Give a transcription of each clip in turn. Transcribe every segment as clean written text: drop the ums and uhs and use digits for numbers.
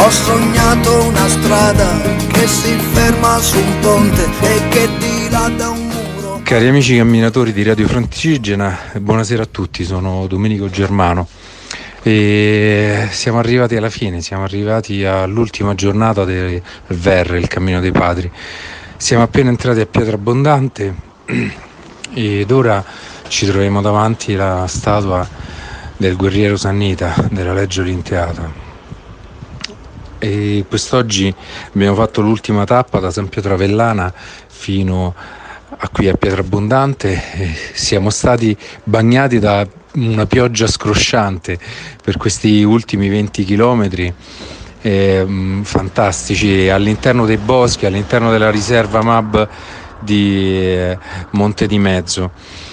Ho sognato una strada che si ferma su un ponte e che dilata un muro. Cari amici camminatori di Radio Francigena, buonasera a tutti, sono Domenico Germano e siamo arrivati alla fine, siamo arrivati all'ultima giornata del VER, il Cammino dei Padri. Siamo appena entrati a Pietrabondante ed ora ci troviamo davanti alla statua del guerriero Sannita, della Legge Olinteata. E quest'oggi abbiamo fatto l'ultima tappa da San Pietro Avellana fino a qui a Pietrabondante. Siamo stati bagnati da una pioggia scrosciante per questi ultimi 20 chilometri fantastici all'interno dei boschi, all'interno della riserva MAB di Monte di Mezzo.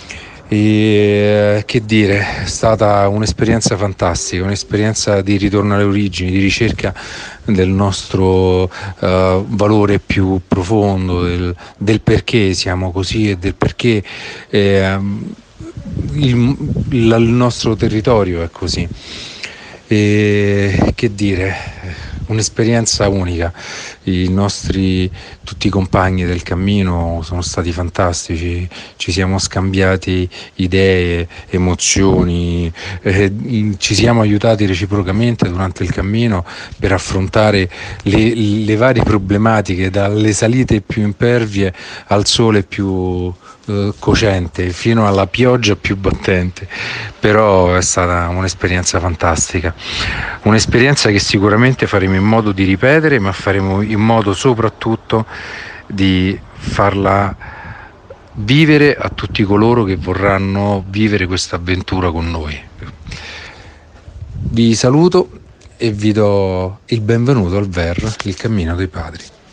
E che dire, è stata un'esperienza fantastica, un'esperienza di ritorno alle origini, di ricerca del nostro valore più profondo, del perché siamo così e del perché il nostro territorio è così. E che dire, un'esperienza unica. Tutti i compagni del cammino sono stati fantastici, ci siamo scambiati idee, emozioni, ci siamo aiutati reciprocamente durante il cammino per affrontare le varie problematiche, dalle salite più impervie al sole più cocente fino alla pioggia più battente. Però è stata un'esperienza fantastica, un'esperienza che sicuramente faremo in modo di ripetere, ma faremo in modo soprattutto di farla vivere a tutti coloro che vorranno vivere questa avventura con noi. Vi saluto e vi do il benvenuto al VER, il Cammino dei Padri.